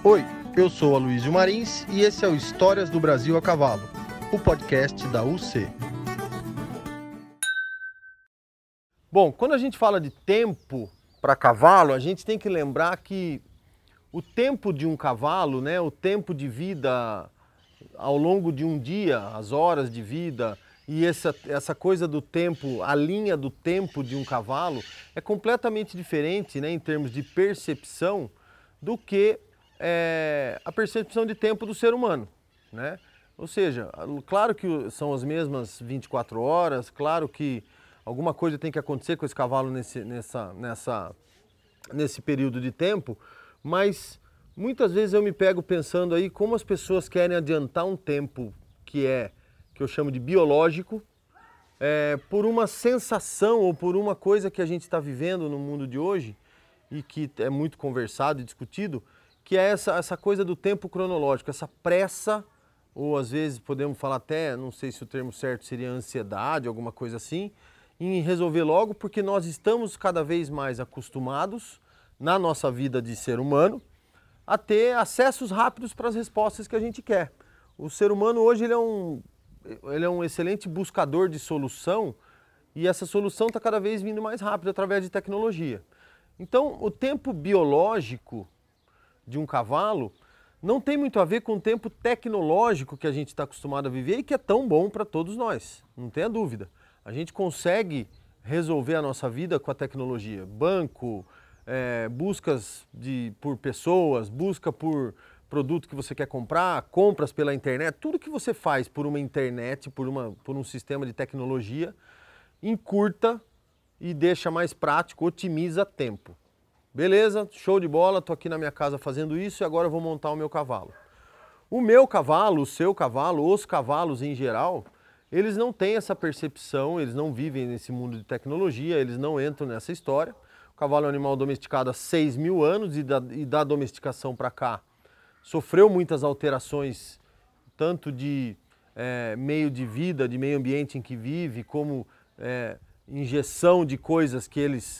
Oi, eu sou Aloysio Marins e esse é o Histórias do Brasil a Cavalo, o podcast da UC. Bom, quando a gente fala de tempo para cavalo, a gente tem que lembrar que o tempo de um cavalo, né, o tempo de vida ao longo de um dia, as horas de vida e essa coisa do tempo, a linha do tempo de um cavalo é completamente diferente, né, em termos de percepção do que a percepção de tempo do ser humano, né? Ou seja, claro que são as mesmas 24 horas, claro que alguma coisa tem que acontecer com esse cavalo nesse período de tempo, mas muitas vezes eu me pego pensando aí como as pessoas querem adiantar um tempo que eu chamo de biológico, por uma sensação ou por uma coisa que a gente está vivendo no mundo de hoje e que é muito conversado e discutido, que é essa coisa do tempo cronológico, essa pressa, ou às vezes podemos falar até, não sei se o termo certo seria ansiedade, alguma coisa assim, em resolver logo, porque nós estamos cada vez mais acostumados, na nossa vida de ser humano, a ter acessos rápidos para as respostas que a gente quer. O ser humano hoje ele é um excelente buscador de solução e essa solução está cada vez vindo mais rápido através de tecnologia. Então, o tempo biológico de um cavalo não tem muito a ver com o tempo tecnológico que a gente está acostumado a viver e que é tão bom para todos nós, não tenha dúvida. A gente consegue resolver a nossa vida com a tecnologia. Banco, buscas por pessoas, busca por produto que você quer comprar, compras pela internet, tudo que você faz por uma internet, por um sistema de tecnologia, encurta e deixa mais prático, otimiza tempo. Beleza, show de bola, tô aqui na minha casa fazendo isso e agora eu vou montar o meu cavalo. O meu cavalo, o seu cavalo, os cavalos em geral, eles não têm essa percepção, eles não vivem nesse mundo de tecnologia, eles não entram nessa história. O cavalo é um animal domesticado há 6.000 anos e da domesticação para cá sofreu muitas alterações, tanto de meio de vida, de meio ambiente em que vive, como injeção de coisas que eles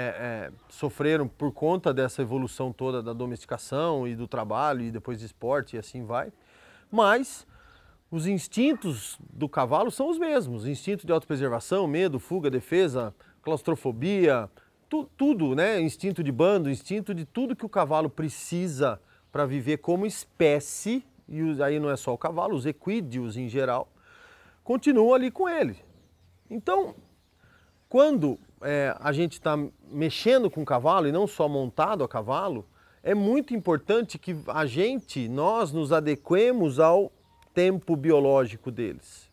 sofreram por conta dessa evolução toda da domesticação e do trabalho e depois de esporte e assim vai. Mas os instintos do cavalo são os mesmos, instinto de autopreservação, medo, fuga, defesa, claustrofobia, tudo, né? Instinto de bando, instinto de tudo que o cavalo precisa para viver como espécie, e aí não é só o cavalo, os equídeos em geral, continuam ali com ele. Então, quando a gente está mexendo com o cavalo e não só montado a cavalo, é muito importante que nós nos adequemos ao tempo biológico deles.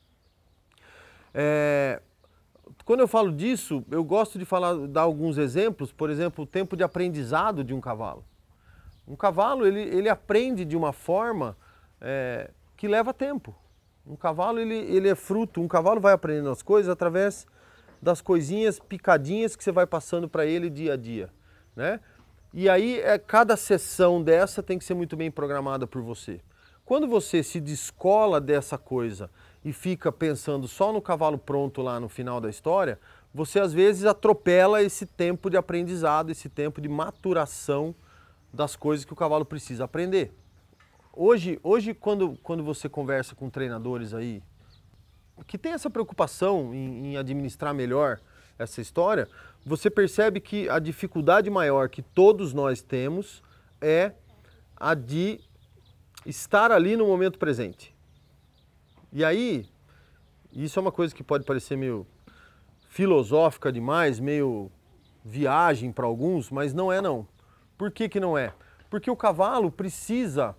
Quando eu falo disso, eu gosto de dar alguns exemplos, por exemplo, o tempo de aprendizado de um cavalo. Um cavalo, ele aprende de uma forma que leva tempo. Um cavalo, ele é fruto, um cavalo vai aprendendo as coisas através das coisinhas picadinhas que você vai passando para ele dia a dia, né? E aí, cada sessão dessa tem que ser muito bem programada por você. Quando você se descola dessa coisa e fica pensando só no cavalo pronto lá no final da história, você às vezes atropela esse tempo de aprendizado, esse tempo de maturação das coisas que o cavalo precisa aprender. Hoje quando você conversa com treinadores aí, que tem essa preocupação em administrar melhor essa história, você percebe que a dificuldade maior que todos nós temos é a de estar ali no momento presente. E aí, isso é uma coisa que pode parecer meio filosófica demais, meio viagem para alguns, mas não é não. Por que não é? Porque o cavalo precisa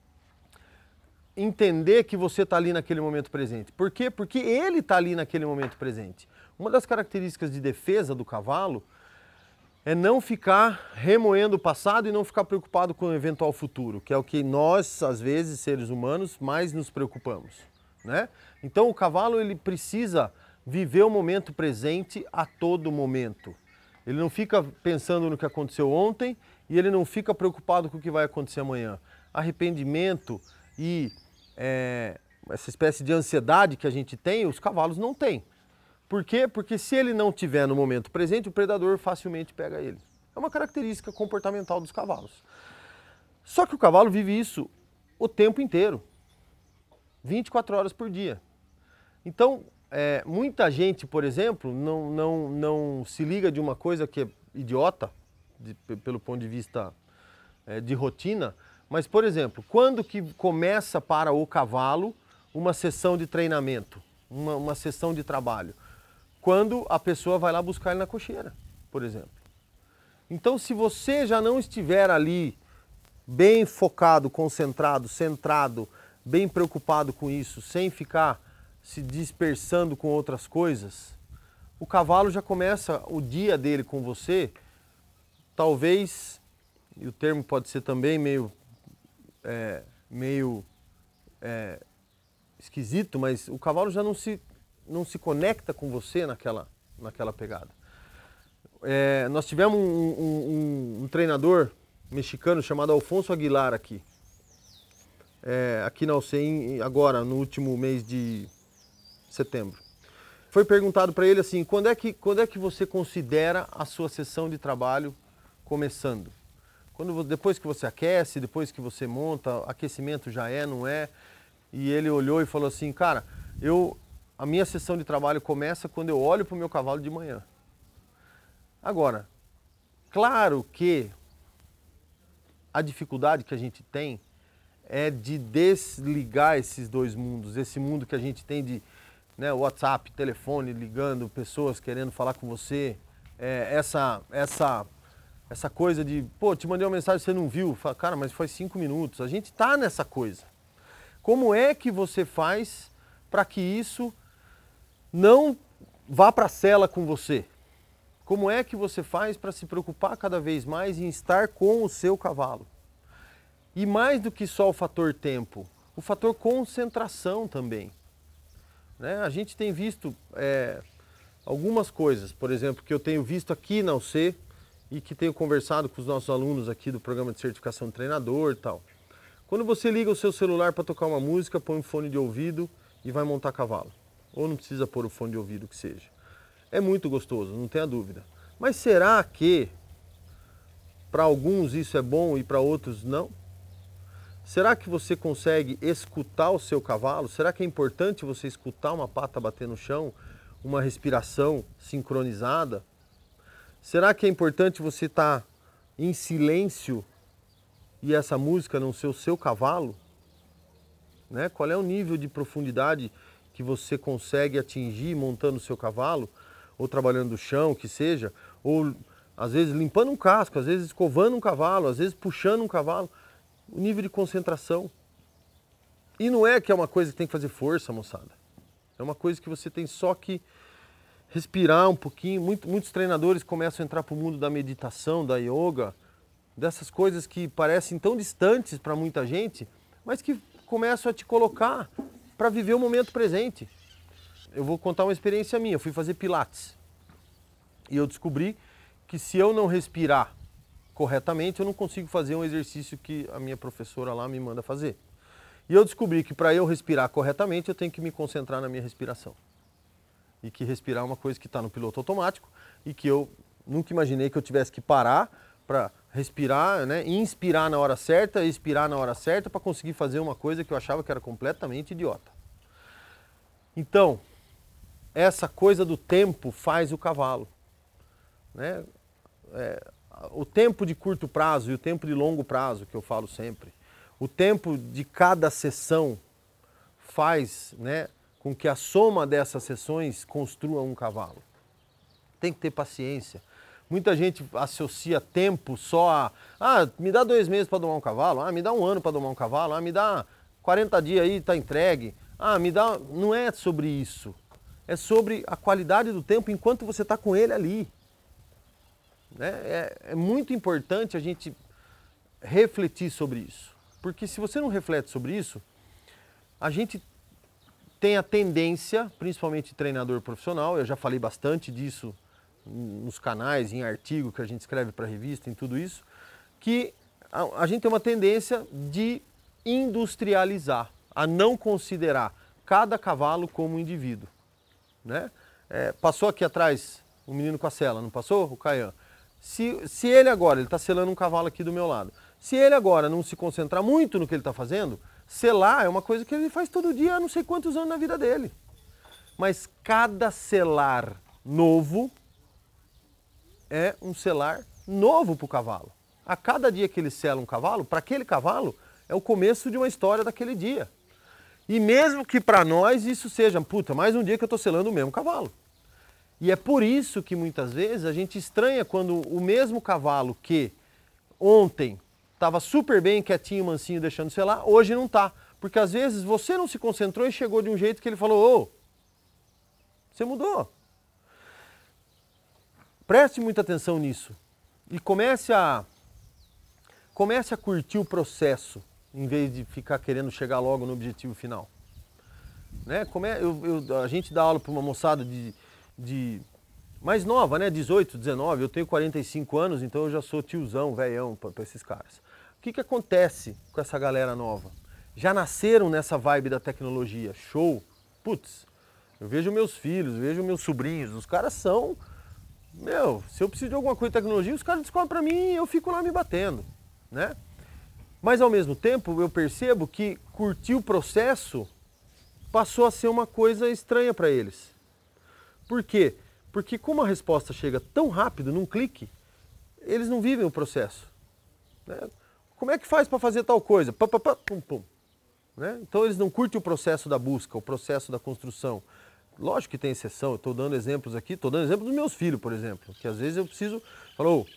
entender que você está ali naquele momento presente. Por quê? Porque ele está ali naquele momento presente. Uma das características de defesa do cavalo é não ficar remoendo o passado e não ficar preocupado com o eventual futuro, que é o que nós, às vezes, seres humanos, mais nos preocupamos, né? Então o cavalo ele precisa viver o momento presente a todo momento. Ele não fica pensando no que aconteceu ontem e ele não fica preocupado com o que vai acontecer amanhã. Arrependimento e essa espécie de ansiedade que a gente tem, os cavalos não têm. Por quê? Porque se ele não estiver no momento presente, o predador facilmente pega ele. É uma característica comportamental dos cavalos. Só que o cavalo vive isso o tempo inteiro, 24 horas por dia. Então, muita gente, por exemplo, não se liga de uma coisa que é idiota, pelo ponto de vista de rotina, mas, por exemplo, quando que começa para o cavalo uma sessão de treinamento, uma sessão de trabalho? Quando a pessoa vai lá buscar ele na cocheira, por exemplo. Então, se você já não estiver ali bem focado, concentrado, centrado, bem preocupado com isso, sem ficar se dispersando com outras coisas, o cavalo já começa o dia dele com você, talvez, e o termo pode ser também meio esquisito, mas o cavalo já não se conecta com você naquela pegada. Nós tivemos um treinador mexicano chamado Alfonso Aguilar aqui na UCEM, agora no último mês de setembro. Foi perguntado para ele assim, quando é que você considera a sua sessão de trabalho começando? Depois que você aquece, depois que você monta, aquecimento já não é? E ele olhou e falou assim, cara, a minha sessão de trabalho começa quando eu olho para o meu cavalo de manhã. Agora, claro que a dificuldade que a gente tem é de desligar esses dois mundos, esse mundo que a gente tem de WhatsApp, telefone, ligando, pessoas querendo falar com você, essa coisa de, pô, te mandei uma mensagem, você não viu, fala, cara, mas faz 5 minutos, a gente tá nessa coisa. Como é que você faz para que isso não vá para a cela com você? Como é que você faz para se preocupar cada vez mais em estar com o seu cavalo? E mais do que só o fator tempo, o fator concentração também. A gente tem visto algumas coisas, por exemplo, que eu tenho visto aqui na UC e que tenho conversado com os nossos alunos aqui do programa de certificação de treinador e tal. Quando você liga o seu celular para tocar uma música, põe um fone de ouvido e vai montar cavalo. Ou não precisa pôr o fone de ouvido, que seja. É muito gostoso, não tenha dúvida. Mas será que para alguns isso é bom e para outros não? Será que você consegue escutar o seu cavalo? Será que é importante você escutar uma pata bater no chão, uma respiração sincronizada? Será que é importante você estar em silêncio e essa música não ser o seu cavalo? Qual é o nível de profundidade que você consegue atingir montando o seu cavalo? Ou trabalhando no chão, que seja, ou às vezes limpando um casco, às vezes escovando um cavalo, às vezes puxando um cavalo. O nível de concentração. E não é que é uma coisa que tem que fazer força, moçada. É uma coisa que você tem só que respirar um pouquinho. Muitos treinadores começam a entrar para o mundo da meditação, da yoga, dessas coisas que parecem tão distantes para muita gente, mas que começam a te colocar para viver o momento presente. Eu vou contar uma experiência minha. Eu fui fazer pilates e eu descobri que se eu não respirar corretamente, eu não consigo fazer um exercício que a minha professora lá me manda fazer. E eu descobri que para eu respirar corretamente, eu tenho que me concentrar na minha respiração. E que respirar é uma coisa que está no piloto automático e que eu nunca imaginei que eu tivesse que parar para respirar, inspirar na hora certa, expirar na hora certa para conseguir fazer uma coisa que eu achava que era completamente idiota. Então, essa coisa do tempo faz o cavalo. O tempo de curto prazo e o tempo de longo prazo, que eu falo sempre, o tempo de cada sessão faz com que a soma dessas sessões construa um cavalo. Tem que ter paciência. Muita gente associa tempo só a me dá 2 meses para domar um cavalo, me dá 1 ano para domar um cavalo, me dá 40 dias aí, está entregue. Não é sobre isso. É sobre a qualidade do tempo enquanto você está com ele ali. É muito importante a gente refletir sobre isso. Porque se você não reflete sobre isso, a gente tem a tendência, principalmente treinador profissional, eu já falei bastante disso nos canais, em artigo que a gente escreve para revista, em tudo isso, que a gente tem uma tendência de industrializar, a não considerar cada cavalo como um indivíduo. Passou aqui atrás um menino com a sela, não passou? O Caian. Se ele agora, ele está selando um cavalo aqui do meu lado. Se ele agora não se concentrar muito no que ele está fazendo, selar é uma coisa que ele faz todo dia há não sei quantos anos na vida dele. Mas cada selar novo é um selar novo para o cavalo. A cada dia que ele sela um cavalo, para aquele cavalo, é o começo de uma história daquele dia. E mesmo que para nós isso seja, puta, mais um dia que eu estou selando o mesmo cavalo. E é por isso que muitas vezes a gente estranha quando o mesmo cavalo que ontem estava super bem, quietinho, mansinho, deixando selar, hoje não está. Porque às vezes você não se concentrou e chegou de um jeito que ele falou, ô, você mudou. Preste muita atenção nisso e comece a curtir o processo, em vez de ficar querendo chegar logo no objetivo final. Né? A gente dá aula para uma moçada de mais nova, né? 18, 19, eu tenho 45 anos, então eu já sou tiozão, velhão para esses caras. O que acontece com essa galera nova? Já nasceram nessa vibe da tecnologia, show. Putz, eu vejo meus filhos, vejo meus sobrinhos, os caras são... se eu preciso de alguma coisa de tecnologia, os caras descobrem para mim e eu fico lá me batendo, né? Mas ao mesmo tempo eu percebo que curtir o processo passou a ser uma coisa estranha para eles. Por quê? Porque como a resposta chega tão rápido, num clique, eles não vivem o processo. Né? Como é que faz para fazer tal coisa? Pá, pá, pá, pum, pum. Né? Então eles não curtem o processo da busca, o processo da construção. Lógico que tem exceção, eu estou dando exemplos aqui, estou dando exemplo dos meus filhos, por exemplo, que às vezes eu preciso, falou,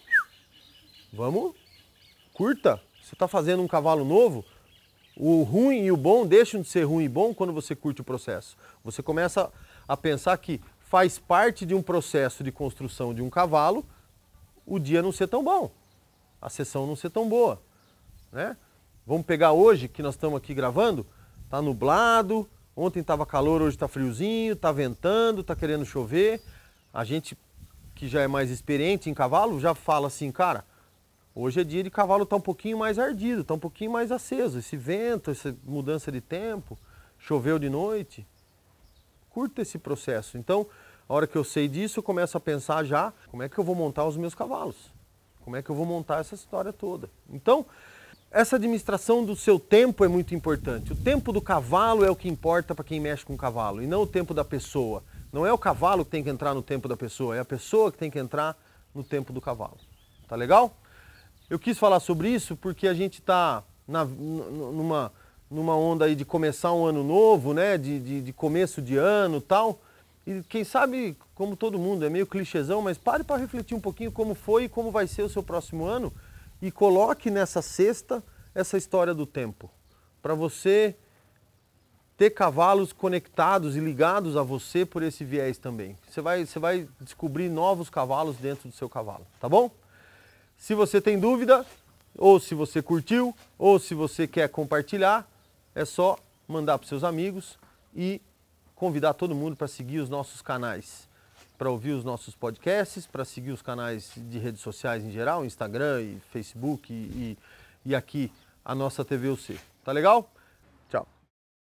vamos, curta, você está fazendo um cavalo novo, o ruim e o bom deixam de ser ruim e bom quando você curte o processo. Você começa a pensar que faz parte de um processo de construção de um cavalo o dia não ser tão bom, a sessão não ser tão boa. Né? Vamos pegar hoje, que nós estamos aqui gravando, está nublado, ontem estava calor, hoje está friozinho, está ventando, está querendo chover. A gente que já é mais experiente em cavalo já fala assim, cara, hoje é dia de cavalo estar um pouquinho mais ardido, está um pouquinho mais aceso. Esse vento, essa mudança de tempo, choveu de noite. Curta esse processo. Então, a hora que eu sei disso, eu começo a pensar já como é que eu vou montar os meus cavalos. Como é que eu vou montar essa história toda. Então, essa administração do seu tempo é muito importante. O tempo do cavalo é o que importa para quem mexe com o cavalo, e não o tempo da pessoa. Não é o cavalo que tem que entrar no tempo da pessoa, é a pessoa que tem que entrar no tempo do cavalo. Tá legal? Eu quis falar sobre isso porque a gente está numa onda aí de começar um ano novo, né? De começo de ano e tal. E quem sabe, como todo mundo, é meio clichêzão, mas pare para refletir um pouquinho como foi e como vai ser o seu próximo ano e coloque nessa cesta essa história do tempo. Para você ter cavalos conectados e ligados a você por esse viés também. Você vai descobrir novos cavalos dentro do seu cavalo, tá bom? Se você tem dúvida, ou se você curtiu, ou se você quer compartilhar, é só mandar para os seus amigos e convidar todo mundo para seguir os nossos canais, para ouvir os nossos podcasts, para seguir os canais de redes sociais em geral, Instagram e Facebook e aqui a nossa TVUC. Tá legal?